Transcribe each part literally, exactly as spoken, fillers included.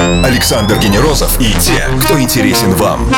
Александр Генерозов и те, кто интересен вам.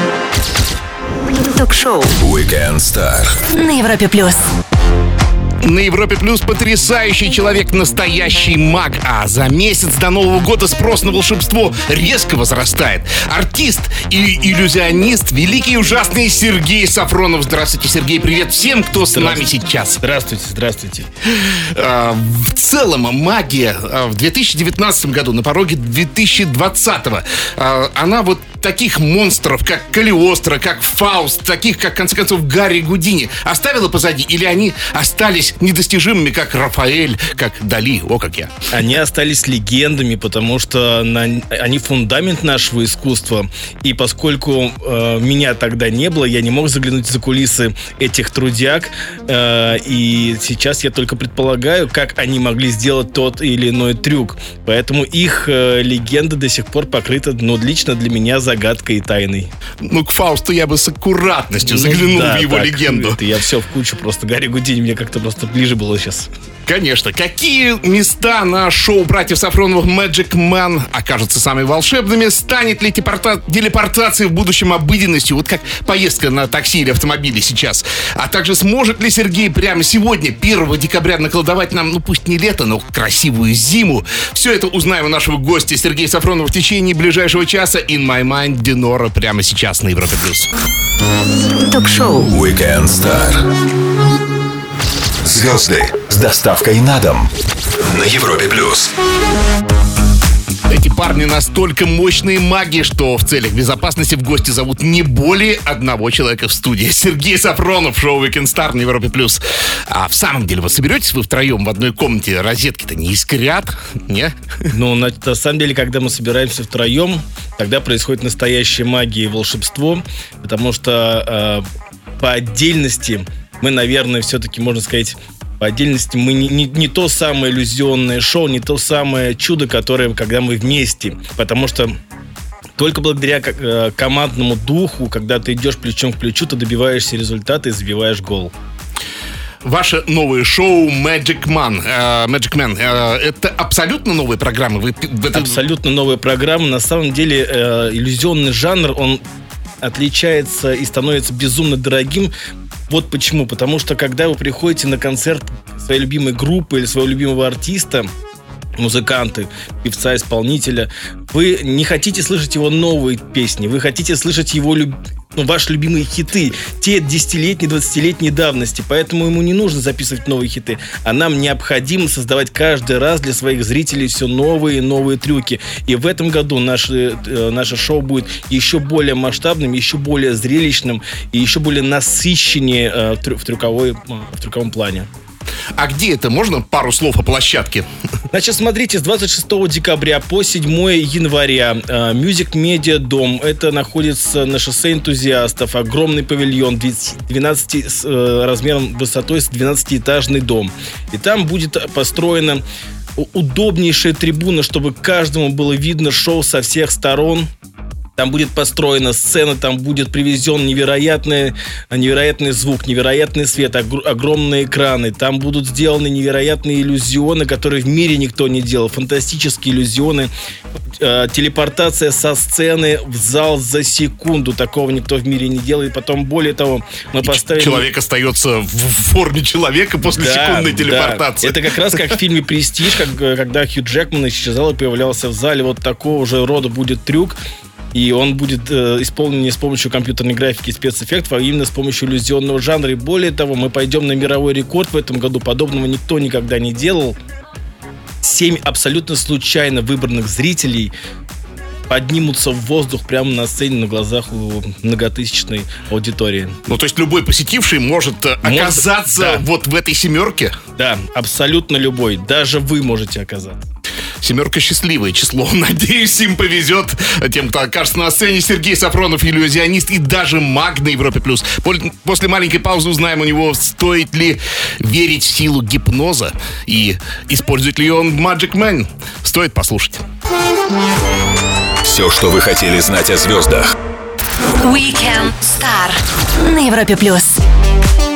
Ток-шоу Weekend Star на Европе плюс. На Европе плюс потрясающий человек, настоящий маг. А за месяц до Нового года спрос на волшебство резко возрастает. Артист и иллюзионист, великий и ужасный Сергей Сафронов. Здравствуйте, Сергей, привет всем, кто с нами сейчас. Здравствуйте, здравствуйте. А, в целом, магия а, в две тысячи девятнадцатом году, на пороге две тысячи двадцатого, а, она вот таких монстров, как Калиостро, как Фауст, таких, как, в конце концов, Гарри Гудини, оставила позади? Или они остались недостижимыми, как Рафаэль, как Дали? О, как я. Они остались легендами, потому что на, они фундамент нашего искусства. И поскольку э, меня тогда не было, я не мог заглянуть за кулисы этих трудяг. Э, и сейчас я только предполагаю, как они могли сделать тот или иной трюк. Поэтому их э, легенда до сих пор покрыта, ну, лично для меня загадкой и тайной. Ну, к Фаусту я бы с аккуратностью ну, заглянул да, в его так, легенду. Это я все в кучу просто. Гарри Гудини мне как-то просто ближе было сейчас. Конечно. Какие места на шоу братьев Сафроновых Magic Man окажутся самыми волшебными? Станет ли телепорта... телепортация в будущем обыденностью? Вот как поездка на такси или автомобиле сейчас. А также сможет ли Сергей прямо сегодня, первого декабря, наколдовать нам, ну пусть не лето, но красивую зиму? Все это узнаем у нашего гостя Сергея Сафронова в течение ближайшего часа. In My Mind, Динора, прямо сейчас на Европе плюс. Ток-шоу Weekend Star. Звезды с доставкой на дом на Европе плюс. Эти парни настолько мощные маги, что в целях безопасности в гости зовут не более одного человека в студии. Сергей Сафронов, шоу Weekend Star на Европе плюс. А в самом деле, вот соберетесь вы втроем в одной комнате, розетки-то не искрят, не? Ну, на, на самом деле, когда мы собираемся втроем, тогда происходит настоящая магия и волшебство, потому что э, по отдельности мы, наверное, все-таки, можно сказать, по отдельности мы не, не, не то самое иллюзионное шоу, не то самое чудо, которое, когда мы вместе. Потому что только благодаря э, командному духу, когда ты идешь плечом к плечу, ты добиваешься результата и забиваешь гол. Ваше новое шоу Magic Man, э, Magic Man, э, это абсолютно новая программа? Вы, это... Абсолютно новая программа. На самом деле э, иллюзионный жанр, он отличается и становится безумно дорогим. Вот почему. Потому что, когда вы приходите на концерт своей любимой группы или своего любимого артиста, музыканты, певца, исполнителя, вы не хотите слышать его новые песни, вы хотите слышать его люб... ну, ваши любимые хиты, те десятилетней, двадцатилетней давности. Поэтому ему не нужно записывать новые хиты, а нам необходимо создавать каждый раз для своих зрителей все новые и новые трюки. И в этом году наше, наше шоу будет еще более масштабным, еще более зрелищным и еще более насыщеннее э, в, трюковой, в трюковом плане. А где это? Можно пару слов о площадке? Значит, смотрите, с двадцать шестого декабря по седьмого января Music Media Дом. Это находится на шоссе Энтузиастов. Огромный павильон, двенадцать, с э, размером высотой, с двенадцатиэтажный дом. И там будет построена удобнейшая трибуна, чтобы каждому было видно шоу со всех сторон. Там будет построена сцена, там будет привезен невероятный, невероятный звук, невероятный свет, огромные экраны. Там будут сделаны невероятные иллюзионы, которые в мире никто не делал. Фантастические иллюзионы. Э, телепортация со сцены в зал за секунду. Такого никто в мире не делал. И потом, более того, мы поставили... Человек остается в форме человека после да, секундной телепортации. Да. Это как раз как в фильме «Престиж», как, когда Хью Джекман исчезал и появлялся в зале. Вот такого же рода будет трюк. И он будет э, исполнен не с помощью компьютерной графики и спецэффектов, а именно с помощью иллюзионного жанра. И более того, мы пойдем на мировой рекорд в этом году. Подобного никто никогда не делал. Семь абсолютно случайно выбранных зрителей поднимутся в воздух прямо на сцене на глазах у многотысячной аудитории. Ну, то есть любой посетивший может, может оказаться да. вот в этой семерке? Да, абсолютно любой. Даже вы можете оказаться. Семерка — счастливое число. Надеюсь, им повезет тем, кто окажется на сцене. Сергей Сафронов, иллюзионист и даже маг на Европе плюс. После маленькой паузы узнаем у него, стоит ли верить в силу гипноза и использует ли он Magic Man. Стоит послушать. Все, что вы хотели знать о звездах. Weekend Star на Европе плюс.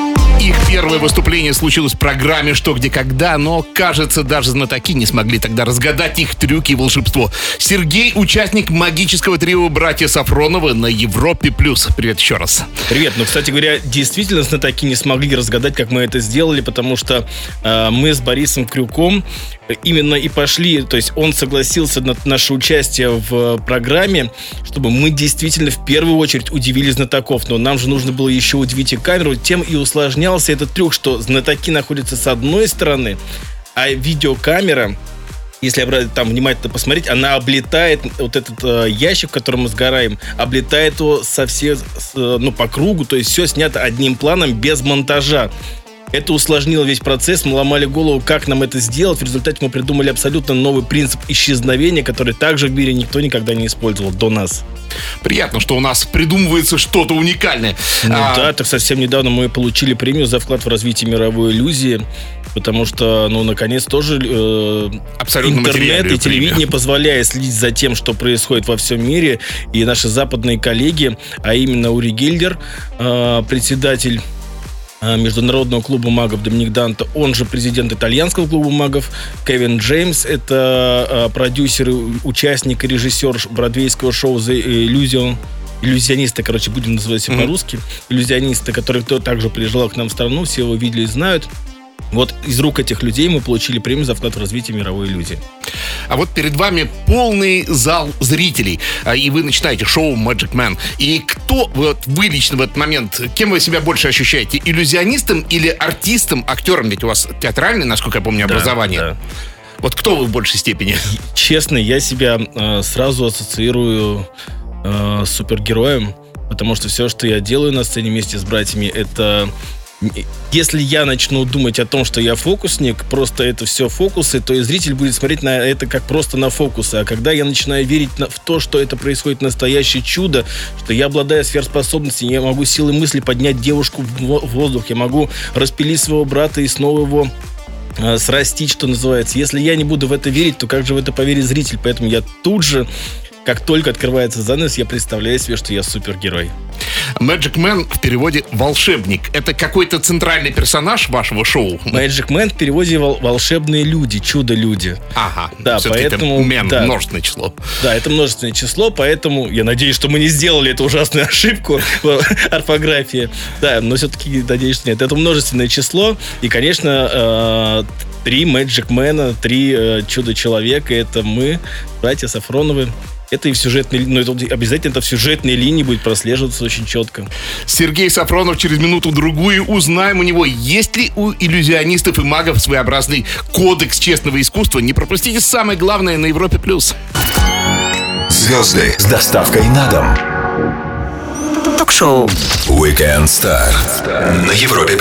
их первое выступление случилось в программе «Что, где, когда», но, кажется, даже знатоки не смогли тогда разгадать их трюки и волшебство. Сергей — участник магического трио «Братья Сафроновы» на Европе+. Привет еще раз. Привет. Ну, кстати говоря, действительно знатоки не смогли разгадать, как мы это сделали, потому что э, мы с Борисом Крюком именно и пошли, то есть он согласился на наше участие в программе, чтобы мы действительно в первую очередь удивили знатоков. Но нам же нужно было еще удивить и камеру, тем и усложнялся этот трюк, что знатоки находятся с одной стороны, а видеокамера, если там внимательно посмотреть, она облетает вот этот э, ящик, в котором мы сгораем, облетает его со все, с, ну, по кругу, то есть все снято одним планом, без монтажа. Это усложнило весь процесс, мы ломали голову, как нам это сделать. В результате мы придумали абсолютно новый принцип исчезновения, который также в мире никто никогда не использовал до нас. Приятно, что у нас придумывается что-то уникальное. Ну а... да, так совсем недавно мы получили премию за вклад в развитие мировой иллюзии, потому что, ну, наконец, тоже э, интернет и телевидение премию. Позволяет следить за тем, что происходит во всем мире. И наши западные коллеги, а именно Ури Гильдер, э, председатель Международного клуба магов Доминик Данте, он же президент итальянского клуба магов, Кевин Джеймс, это э, продюсер, участник и режиссер бродвейского шоу The Illusion, иллюзионисты, короче, будем называть его mm-hmm. по-русски, иллюзионисты, который кто также приезжал к нам в страну, все его видели и знают. Вот из рук этих людей мы получили премию за вклад в развитие мировой иллюзии. А вот перед вами полный зал зрителей, и вы начинаете шоу Magic Man. И кто, вот вы лично в этот момент, кем вы себя больше ощущаете? Иллюзионистом или артистом, актером? Ведь у вас театральное, насколько я помню, образование. Да, да. Вот кто вы в большей степени? Честно, я себя э, сразу ассоциирую э, с супергероем, потому что все, что я делаю на сцене вместе с братьями, это... Если я начну думать о том, что я фокусник, просто это все фокусы, то и зритель будет смотреть на это как просто на фокусы. А когда я начинаю верить в то, что это происходит настоящее чудо, что я обладаю сверхспособностями, я могу силой мысли поднять девушку в воздух, я могу распилить своего брата и снова его э, срастить, что называется. Если я не буду в это верить, то как же в это поверит зритель? Поэтому я тут же, как только открывается занавес, я представляю себе, что я супергерой. Magic Man в переводе «волшебник». Это какой-то центральный персонаж вашего шоу? Magic Man в переводе вол- «волшебные люди», «чудо-люди». Ага, да, поэтому, это man, да, множественное число. Да, это множественное число, поэтому я надеюсь, что мы не сделали эту ужасную ошибку в орфографии. Да, но все-таки надеюсь, что нет. Это множественное число, и, конечно, три Magic Man, три чудо-человека, это мы, братья Сафроновы. Это и в сюжетной, ну, это обязательно это в сюжетной линии будет прослеживаться очень четко. Сергей Сафронов через минуту-другую. Узнаем у него, есть ли у иллюзионистов и магов своеобразный кодекс честного искусства. Не пропустите самое главное на Европе+. Звезды с доставкой на дом. Ток-шоу Weekend Star на Европе+.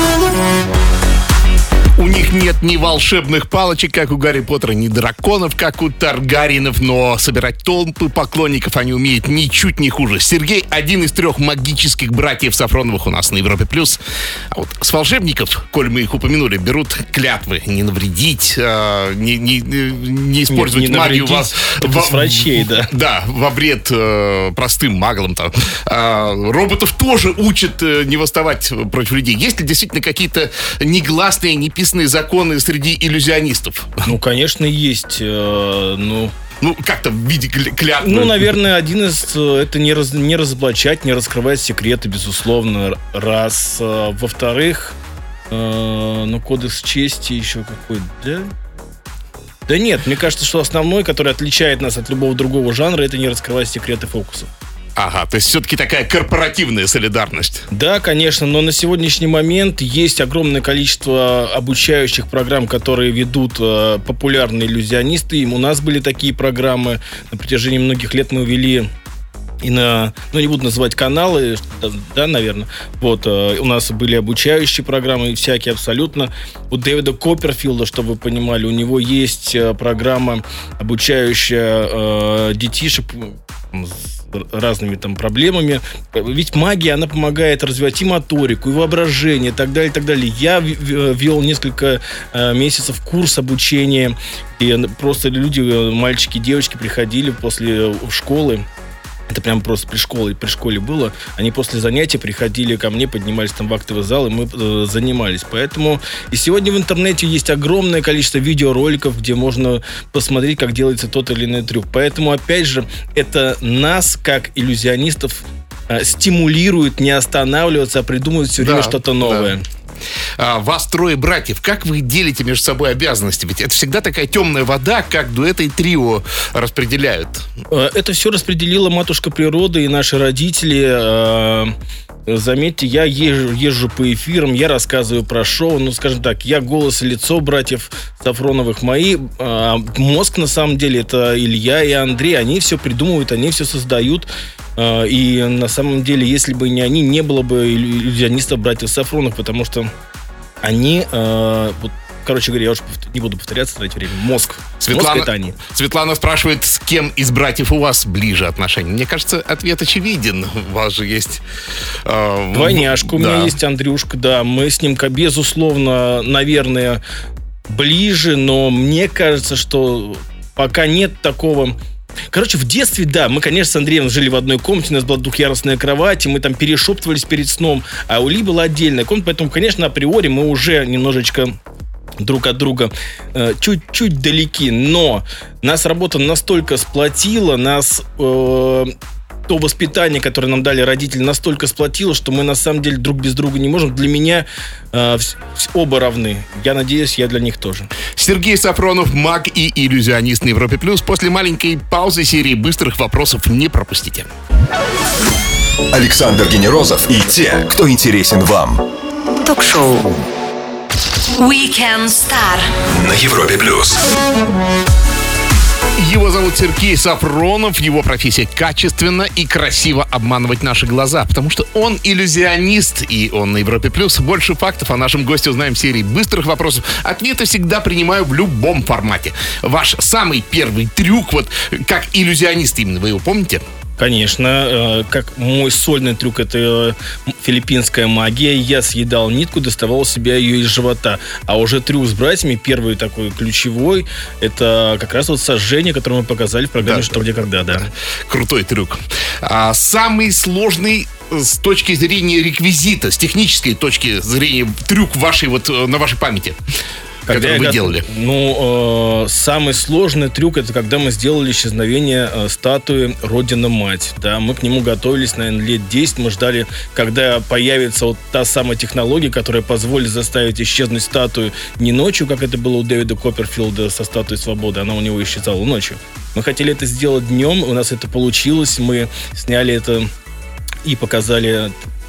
У них нет ни волшебных палочек, как у Гарри Поттера, ни драконов, как у Таргариенов, но собирать толпы поклонников они умеют ничуть не хуже. Сергей — один из трех магических братьев Сафроновых у нас на Европе+. А вот с волшебников, коль мы их упомянули, берут клятвы не навредить, э, не, не, не использовать не магию вас, во, с врачей, да. Да, во вред э, простым маглам. Там. Э, роботов тоже учат э, не восставать против людей. Есть ли действительно какие-то негласные, неписанные законы среди иллюзионистов? Ну, конечно, есть. Э, ну... Ну, как-то в виде клятвы. Ну, наверное, один из... Это не, раз, не разоблачать, не раскрывать секреты, безусловно, раз. Во-вторых, э, ну, кодекс чести еще какой, да? Да нет, мне кажется, что основной, который отличает нас от любого другого жанра, это не раскрывать секреты фокусов. Ага, то есть все-таки такая корпоративная солидарность. Да, конечно, но на сегодняшний момент есть огромное количество обучающих программ, которые ведут э, популярные иллюзионисты. И у нас были такие программы. На протяжении многих лет мы вели и на, ну, не буду называть каналы, да, да, наверное. Вот, э, у нас были обучающие программы, всякие абсолютно. У Дэвида Копперфилда, чтобы вы понимали, у него есть э, программа, обучающая э, детишек с разными там проблемами. Ведь магия, она помогает развивать и моторику, и воображение, и так далее, и так далее. Я вел несколько э, месяцев курс обучения, и просто люди, мальчики, девочки приходили после школы Это прям просто при школе, при школе было. Они после занятий приходили ко мне, поднимались там в актовый зал, и мы э, занимались. Поэтому и сегодня в интернете есть огромное количество видеороликов, где можно посмотреть, как делается тот или иной трюк. Поэтому, опять же, это нас, как иллюзионистов, э, стимулирует не останавливаться, а придумывать все время да, что-то новое. Да. А, вас трое братьев. Как вы делите между собой обязанности? Ведь это всегда такая темная вода, как дуэты и трио распределяют. Это все распределила матушка природа и наши родители. Заметьте, я езжу, езжу по эфирам, я рассказываю про шоу. Ну, скажем так, я голос и лицо братьев Сафроновых. Мои а мозг, на самом деле, это Илья и Андрей. Они все придумывают, они все создают. И на самом деле, если бы не они, не было бы иллюзионистов братьев Сафроновых, потому что они... Вот, короче говоря, я уже не буду повторяться, тратить время. Мозг. Светлана, Мозг — это они. Светлана спрашивает, с кем из братьев у вас ближе отношения. Мне кажется, ответ очевиден. У вас же есть... Э, Двойняшка у да. меня есть, Андрюшка, да. Мы с ним, безусловно, наверное, ближе, но мне кажется, что пока нет такого... Короче, в детстве, да, мы, конечно, с Андреем жили в одной комнате, у нас была двухъярусная кровать, и мы там перешептывались перед сном, а у Ли была отдельная комната, поэтому, конечно, априори мы уже немножечко друг от друга э, чуть-чуть далеки, но нас работа настолько сплотила, нас... Э, то воспитание, которое нам дали родители, настолько сплотило, что мы на самом деле друг без друга не можем. Для меня э, оба равны. Я надеюсь, я для них тоже. Сергей Сафронов, маг и иллюзионист на Европе Плюс. После маленькой паузы серии быстрых вопросов не пропустите. Александр Генерозов и те, кто интересен вам. Ток-шоу Weekend Star На Европе Плюс. Его зовут Сергей Сафронов. Его профессия качественно и красиво обманывать наши глаза, потому что он иллюзионист, и он на Европе Плюс. Больше фактов о нашем госте узнаем в серии быстрых вопросов. Ответы всегда принимаю в любом формате. Ваш самый первый трюк, вот как иллюзионист именно, вы его помните? Конечно, как мой сольный трюк, это филиппинская магия. Я съедал нитку, доставал себя ее из живота. А уже трюк с братьями, первый такой ключевой, это как раз вот сожжение, которое мы показали в программе да, «Что, где, когда», да. Крутой трюк. А самый сложный с точки зрения реквизита, с технической точки зрения, трюк вашей, вот, на вашей памяти? Когда который вы я, делали? Ну, э, самый сложный трюк — это когда мы сделали исчезновение э, статуи Родина-Мать. Да, мы к нему готовились, наверное, лет десять. Мы ждали, когда появится вот та самая технология, которая позволит заставить исчезнуть статую не ночью, как это было у Дэвида Копперфилда со статуей Свободы. Она у него исчезала ночью. Мы хотели это сделать днем, у нас это получилось. Мы сняли это и показали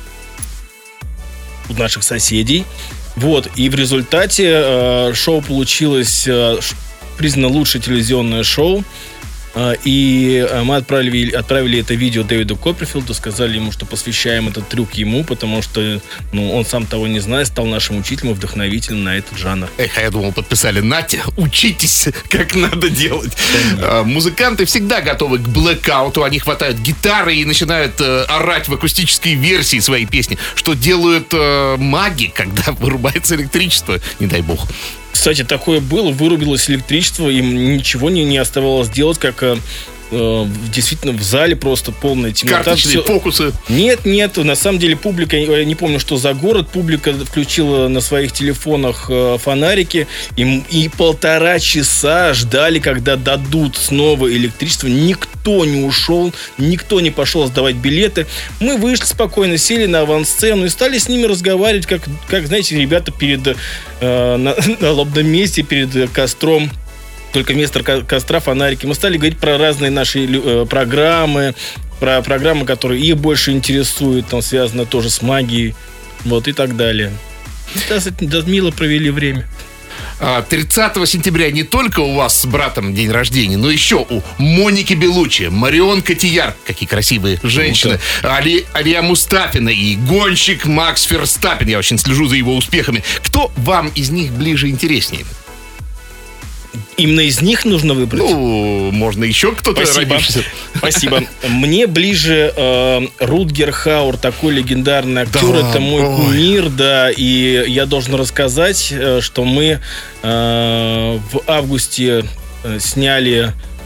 у наших соседей. Вот, и в результате э, шоу получилось э, признано лучшее телевизионное шоу. Э, и мы отправили, отправили это видео Дэвиду Копперфилду, сказали ему, что посвящаем этот трюк ему, потому что ну, он сам того не зная, стал нашим учителем и вдохновителем на этот жанр. Эх, а я думал, подписали: Натя, учитесь, как надо делать. А, музыканты всегда готовы к блэкауту, они хватают гитары и начинают э, орать в акустической версии своей песни, что делают э, маги, когда вырубается электричество, не дай бог. Кстати, такое было, вырубилось электричество, им ничего не, не оставалось делать, как э, э, действительно в зале просто полная темнота. Карточные Все... фокусы. Нет, нет, на самом деле публика, я не помню, что за город, публика включила на своих телефонах э, фонарики и, и полтора часа ждали, когда дадут снова электричество. Никто не ушел, никто не пошел сдавать билеты. Мы вышли спокойно, сели на авансцену и стали с ними разговаривать, как, как знаете, ребята перед э, на, на лобном месте, перед костром. Только вместо костра фонарики. Мы стали говорить про разные наши э, программы, про программы, которые их больше интересуют, там связано тоже с магией, вот, и так далее. Да, мило провели время. тридцатого сентября не только у вас с братом день рождения, но еще у Моники Белуччи, Марион Котийяр, какие красивые женщины, Али, Алия Мустафина и гонщик Макс Ферстаппен. Я очень слежу за его успехами. Кто вам из них ближе, интереснее? Именно из них нужно выбрать? Ну, можно еще кто-то родившийся. Спасибо. Мне ближе э, Рутгер Хауэр, такой легендарный актер. Да, это мой ой. кумир, да. И я должен рассказать, что мы э, в августе сняли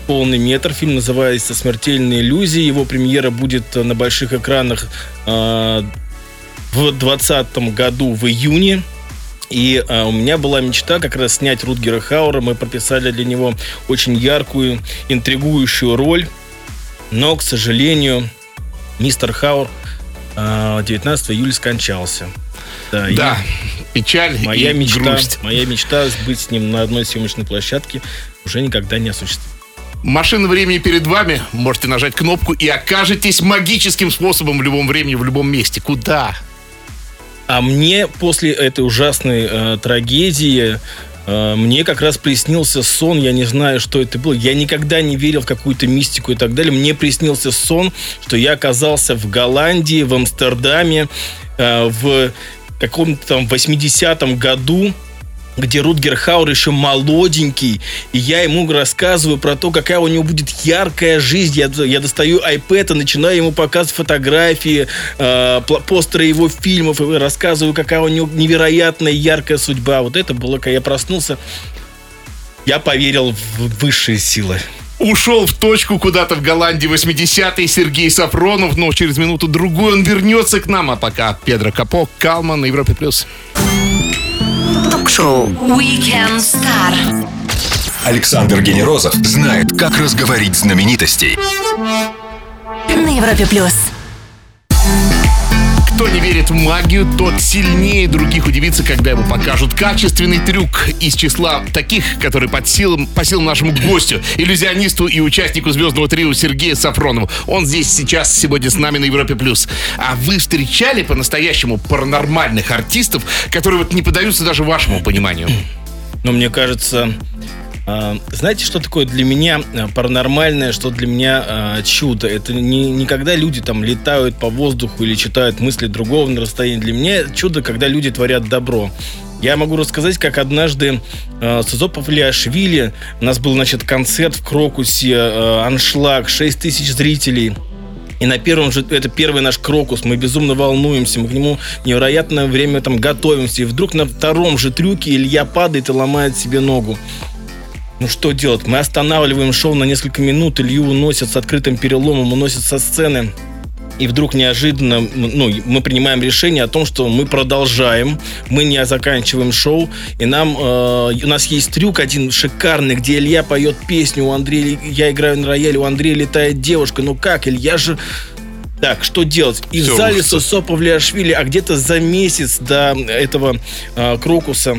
полный метр. Фильм называется «Смертельные иллюзии». Его премьера будет на больших экранах э, в двадцатом году в июне. И э, у меня была мечта как раз снять Рутгера Хауэра. Мы прописали для него очень яркую, интригующую роль. Но, к сожалению, мистер Хауэр э, девятнадцатого июля скончался. Да, да печаль моя и мечта, грусть. Моя мечта быть с ним на одной съемочной площадке уже никогда не осуществится. Машина времени перед вами. Можете нажать кнопку и окажетесь магическим способом в любом времени, в любом месте. Куда? А мне после этой ужасной э, трагедии э, мне как раз приснился сон. Я не знаю, что это было. Я никогда не верил в какую-то мистику и так далее. Мне приснился сон, что я оказался в Голландии, в Амстердаме, э, в каком-то там восьмидесятом году, где Рутгер Хауэр еще молоденький, и я ему рассказываю про то, какая у него будет яркая жизнь. Я, я достаю iPad и начинаю ему показывать фотографии, э, постеры его фильмов, и рассказываю, какая у него невероятная яркая судьба. Вот это было, когда я проснулся, я поверил в высшие силы. Ушел в точку куда-то в Голландии восьмидесятые Сергей Сафронов, но через минуту-другую он вернется к нам. А пока Педро Капо, Калман на Европе+. Ток-шоу We Can Star. Александр Генерозов знает, как разговорить знаменитостей. На Европе+. Кто не верит в магию, тот сильнее других удивится, когда ему покажут качественный трюк из числа таких, которые под силам, по силам нашему гостю, иллюзионисту и участнику звездного трио Сергею Сафронову. Он здесь сейчас сегодня с нами на Европе+. А вы встречали по-настоящему паранормальных артистов, которые вот не поддаются даже вашему пониманию? Но мне кажется... Знаете, что такое для меня паранормальное, что для меня чудо? Это не, не когда люди там летают по воздуху или читают мысли другого на расстоянии. Для меня чудо, когда люди творят добро. Я могу рассказать, как однажды э, Созо Павлиашвили, у нас был, значит, концерт в Крокусе, э, аншлаг, шесть тысяч зрителей. И на первом же, это первый наш Крокус, мы безумно волнуемся, мы к нему невероятное время там готовимся. И вдруг на втором же трюке Илья падает и ломает себе ногу. Ну что делать? Мы останавливаем шоу на несколько минут, Илью уносят с открытым переломом, уносят со сцены. И вдруг неожиданно ну, мы принимаем решение о том, что мы продолжаем, мы не заканчиваем шоу. И нам, э, у нас есть трюк один шикарный, где Илья поет песню, у Андрея, я играю на рояле, у Андрея летает девушка. Ну как, Илья же... Так, что делать? И Все в зале Созо Павлиашвили, а где-то за месяц до этого э, Крокуса...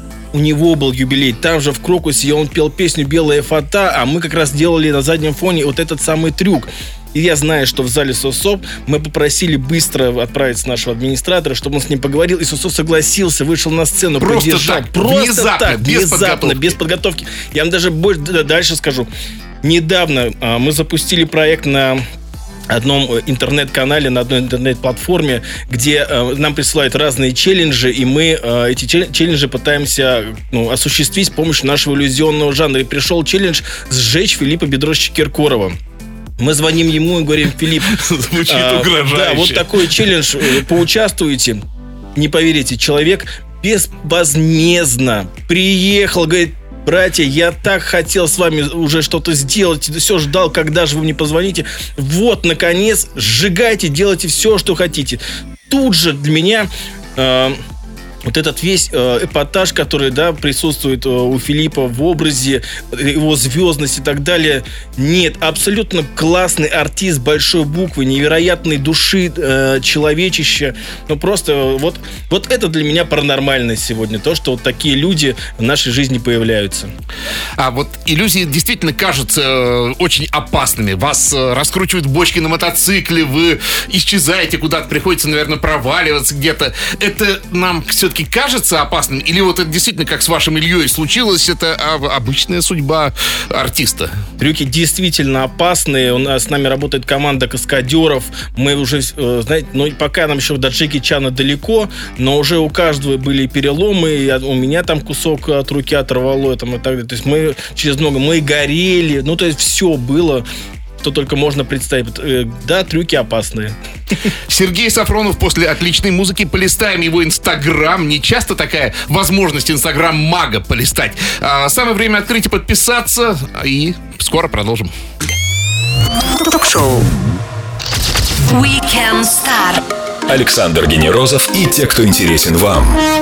У него был юбилей, там же в Крокусе он пел песню «Белая фата», а мы как раз делали на заднем фоне вот этот самый трюк. И я знаю, что в зале Созо мы попросили быстро отправить нашего администратора, чтобы он с ним поговорил, и Созо согласился, вышел на сцену, просто поддержал. Так, просто внезапно, так, без внезапно, подготовки. без подготовки. Я вам даже больше, дальше скажу. Недавно а, мы запустили проект на... одном интернет-канале, на одной интернет-платформе, где э, нам присылают разные челленджи, и мы э, эти челленджи пытаемся ну, осуществить с помощью нашего иллюзионного жанра. И пришел челлендж «Сжечь Филиппа Бедросовича Киркорова». Мы звоним ему и говорим: Филипп, звучит э, угрожающе. Да, вот такой челлендж, поучаствуйте. Не поверите, человек безвозмездно приехал, говорит: братья, я так хотел с вами уже что-то сделать, все ждал, когда же вы мне позвоните. Вот, наконец, сжигайте, делайте все, что хотите. Тут же для меня э, вот этот весь э, эпатаж, который, да, присутствует э, у Филиппа в образе, его звездность и так далее. Нет, абсолютно классный артист большой буквы, невероятной души, э, человечища. Ну просто вот, вот это для меня паранормальность сегодня. То, что вот такие люди в нашей жизни появляются. А вот иллюзии действительно кажутся э, очень опасными. Вас э, раскручивают бочки на мотоцикле, вы исчезаете куда-то, приходится, наверное, проваливаться где-то. Это нам все-таки кажется опасным? Или вот это действительно, как с вашим Ильей случилось, это обычная судьба артиста? Трюки действительно опасные. У нас с нами работает команда каскадеров. Мы уже, э, знаете, ну пока нам еще до Джеки Чана далеко, но уже у каждого были переломы. Я, у меня там кусок от руки оторвало там, и так далее. То есть мы через много, мы горели. Ну, то есть все было, что только можно представить. Да, трюки опасные. Сергей Сафронов после отличной музыки. Полистаем его инстаграм. Не часто такая возможность инстаграм-мага полистать. А, самое время открыть и подписаться. И скоро продолжим. Ток-шоу Weekend Star. Александр Генерозов и те, кто интересен вам.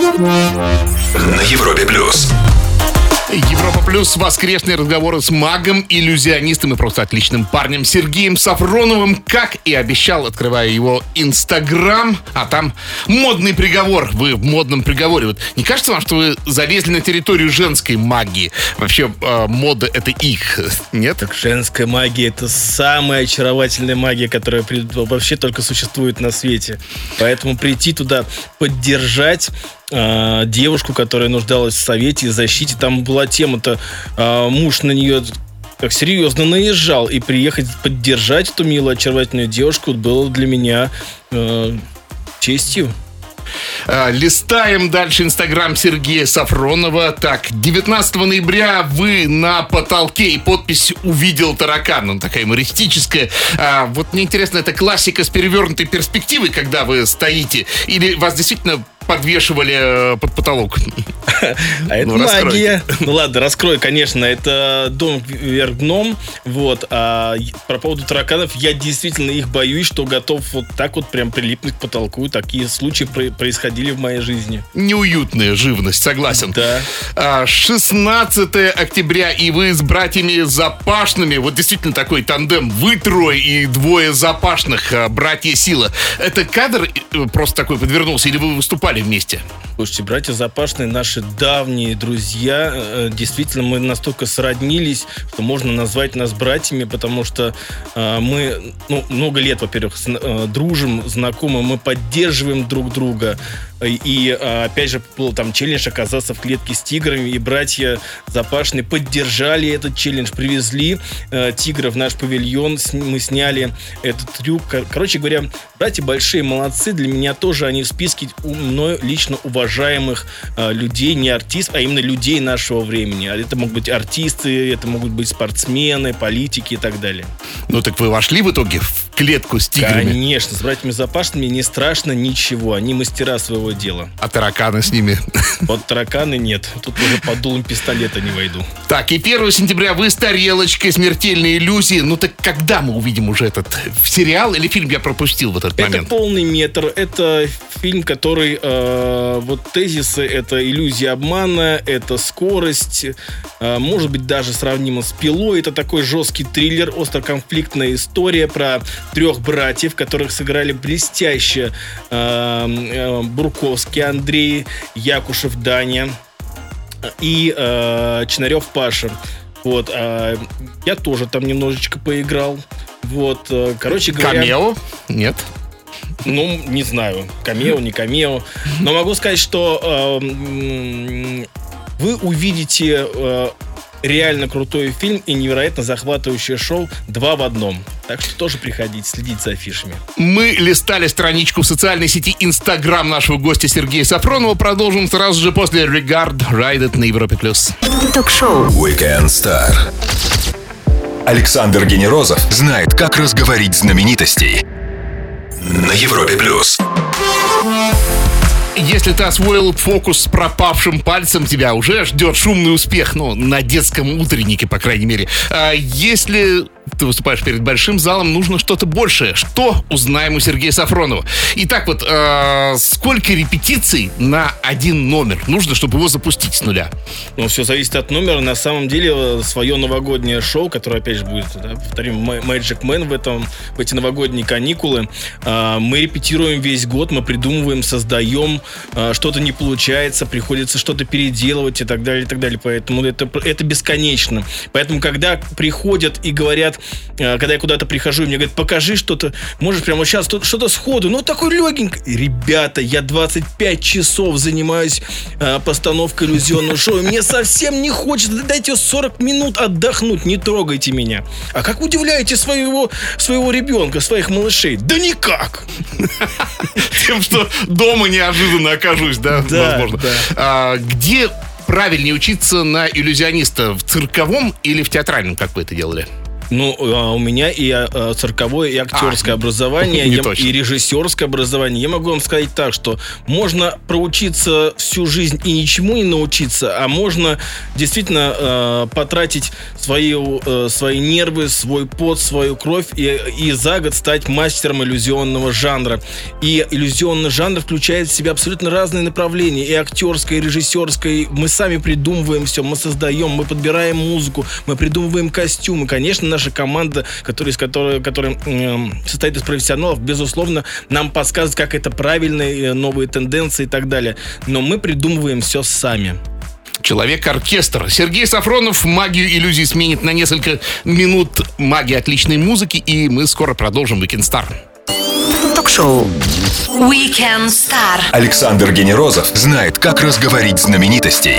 На Европе плюс. Европа плюс. Воскресные разговоры с магом, иллюзионистом и просто отличным парнем Сергеем Сафроновым. Как и обещал, открываю его инстаграм, а там модный приговор. Вы в модном приговоре. Вот не кажется вам, что вы залезли на территорию женской магии? Вообще, э, мода — это их, нет? Так женская магия — это самая очаровательная магия, которая вообще только существует на свете. Поэтому прийти туда, поддержать э, девушку, которая нуждалась в совете и защите. Там была тема-то, э, муж на нее как серьезно наезжал, и приехать поддержать эту милую, очаровательную девушку было для меня э, честью. Листаем дальше инстаграм Сергея Сафронова. Так, девятнадцатого ноября вы на потолке, и подпись «Увидел таракан». Ну, такая юмористическая. А, вот мне интересно, это классика с перевернутой перспективой, когда вы стоите, или вас действительно подвешивали под потолок? А это ну, магия. Ну ладно, раскрою, конечно. Это дом вверх дном. Вот. А про поводу тараканов, я действительно их боюсь, что готов вот так вот прям прилипнуть к потолку. Такие случаи происходили в моей жизни. Неуютная живность, согласен. Да. шестнадцатого октября, и вы с братьями Запашными. Вот действительно такой тандем. Вы трое и двое Запашных, братья Сила. Это кадр просто такой подвернулся, или вы выступали вместе? Слушайте, братья Запашные наши давние друзья. Действительно, мы настолько сроднились, что можно назвать нас братьями, потому что э, мы ну, много лет, во-первых, с, э, дружим, знакомы, мы поддерживаем друг друга. И, опять же, был там челлендж оказаться в клетке с тиграми, и братья Запашные поддержали этот челлендж, привезли э, тигра в наш павильон, с, мы сняли этот трюк. Короче говоря, братья большие молодцы, для меня тоже они в списке мною лично уважаемых э, людей, не артистов, а именно людей нашего времени. Это могут быть артисты, это могут быть спортсмены, политики и так далее. Ну так вы вошли в итоге в клетку с тиграми? Конечно, с братьями Запашными не страшно ничего, они мастера своего дела. А тараканы с ними? Вот тараканы нет. Тут уже под дулом пистолета не войду. Так, и первого сентября вы с тарелочкой «Смертельные иллюзии». Ну так когда мы увидим уже этот сериал или фильм я пропустил в этот это момент? Это полный метр. Это фильм, который... Э, вот тезисы — это иллюзия обмана, это скорость. Э, может быть, даже сравнимо с «Пилой». Это такой жесткий триллер, остроконфликтная история про трех братьев, которых сыграли блестяще э, э, Бурковский Андрей, Якушев Даня и э, Чинарев Паша. Вот, э, я тоже там немножечко поиграл. Вот, э, короче говоря... Камео? Нет? Ну, не знаю, камео, не камео. Но могу сказать, что э, вы увидите э, реально крутой фильм и невероятно захватывающее шоу два в одном. Так что тоже приходите, следите за афишами. Мы листали страничку в социальной сети Инстаграм нашего гостя Сергея Сафронова. Продолжим сразу же после Regard Ride It на Европе+. Ток-шоу Weekend Star. Александр Генерозов знает, как разговорить знаменитостей на Европе+. Если ты освоил фокус с пропавшим пальцем, тебя уже ждет шумный успех. Ну, на детском утреннике, по крайней мере. А если ты выступаешь перед большим залом, нужно что-то большее. Что? Узнаем у Сергея Сафронова. Итак, вот э, сколько репетиций на один номер нужно, чтобы его запустить с нуля? Ну, все зависит от номера. На самом деле, свое новогоднее шоу, которое, опять же, будет, да, повторим, Magic Man в, этом, в эти новогодние каникулы, э, мы репетируем весь год, мы придумываем, создаем, э, что-то не получается, приходится что-то переделывать и так далее, и так далее. Поэтому это, это бесконечно. Поэтому, когда приходят и говорят, когда я куда-то прихожу, и мне говорят, покажи что-то, можешь прямо сейчас что-то сходу, ну такой легенький. Ребята, я двадцать пять часов занимаюсь э, постановкой иллюзионного шоу, мне совсем не хочется, дайте сорок минут отдохнуть, не трогайте меня. А как удивляете своего, своего ребенка, своих малышей? Да никак! Тем, что дома неожиданно окажусь, да, возможно. А где правильнее учиться на иллюзиониста? В цирковом или в театральном, как вы это делали? Ну, а у меня и а, цирковое, и актерское а, образование, не я, точно. и режиссерское образование. Я могу вам сказать так, что можно проучиться всю жизнь и ничему не научиться, а можно действительно э, потратить свои, э, свои нервы, свой пот, свою кровь и, и за год стать мастером иллюзионного жанра. И иллюзионный жанр включает в себя абсолютно разные направления. И актерское, и режиссерское. Мы сами придумываем все, мы создаем, мы подбираем музыку, мы придумываем костюмы. Конечно, наша команда, которая, из которой, которая э, состоит из профессионалов, безусловно, нам подсказывает, как это правильные новые тенденции и так далее. Но мы придумываем все сами. Человек-оркестр. Сергей Сафронов магию иллюзий сменит на несколько минут магии отличной музыки, и мы скоро продолжим Weekend Star. Ток-шоу Weekend Star. Александр Генерозов знает, как разговорить знаменитостей.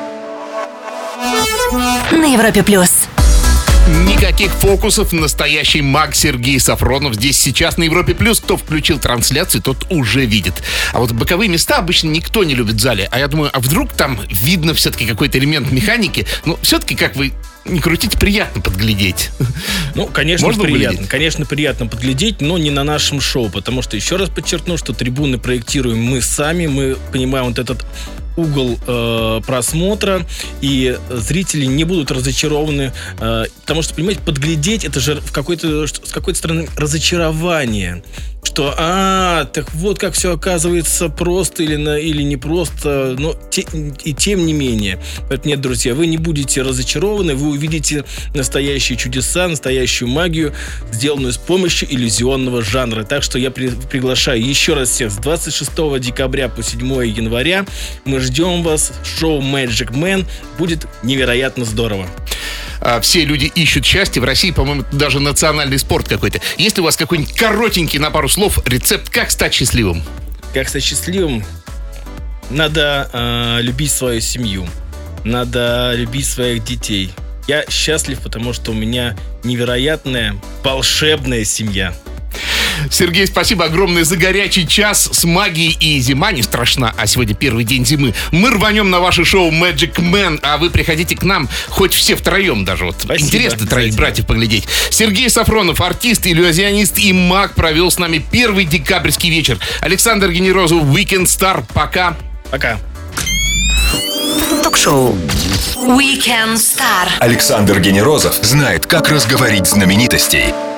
На Европе плюс. Никаких фокусов. Настоящий маг Сергей Сафронов здесь сейчас на Европе плюс. Кто включил трансляцию, тот уже видит. А вот боковые места обычно никто не любит в зале. А я думаю, а вдруг там видно все-таки какой-то элемент механики? Ну, все-таки, как вы не крутите, приятно подглядеть. Ну, конечно, Можно приятно. углядеть? Конечно, приятно подглядеть, но не на нашем шоу. Потому что, еще раз подчеркну, что трибуны проектируем мы сами. Мы понимаем вот этот угол э, просмотра, и зрители не будут разочарованы, э, потому что, понимаете, подглядеть — это же в какой-то, с какой-то стороны разочарование, что, а, так вот как все оказывается просто или, на, или не просто, но те, и тем не менее. Поэтому нет, друзья, вы не будете разочарованы, вы увидите настоящие чудеса, настоящую магию, сделанную с помощью иллюзионного жанра. Так что я при, приглашаю еще раз всех с двадцать шестого декабря по седьмое января. Мы ждем вас. Шоу Magic Man будет невероятно здорово. Все люди ищут счастье. В России, по-моему, даже национальный спорт какой-то. Есть ли у вас какой-нибудь коротенький на пару слов рецепт, как стать счастливым? Как стать счастливым? Надо э, любить свою семью. Надо любить своих детей. Я счастлив, потому что у меня невероятная, волшебная семья. Сергей, спасибо огромное за горячий час с магией. И зима не страшна, а сегодня первый день зимы. Мы рванем на ваше шоу Magic Man, а вы приходите к нам хоть все втроем даже. Вот Спасибо. Интересно троих братьев поглядеть. Сергей Сафронов, артист, иллюзионист и маг, провел с нами первый декабрьский вечер. Александр Генерозов, Weekend Star. Пока. Пока. Ток-шоу Weekend Star. Александр Генерозов знает, как разговорить знаменитостей.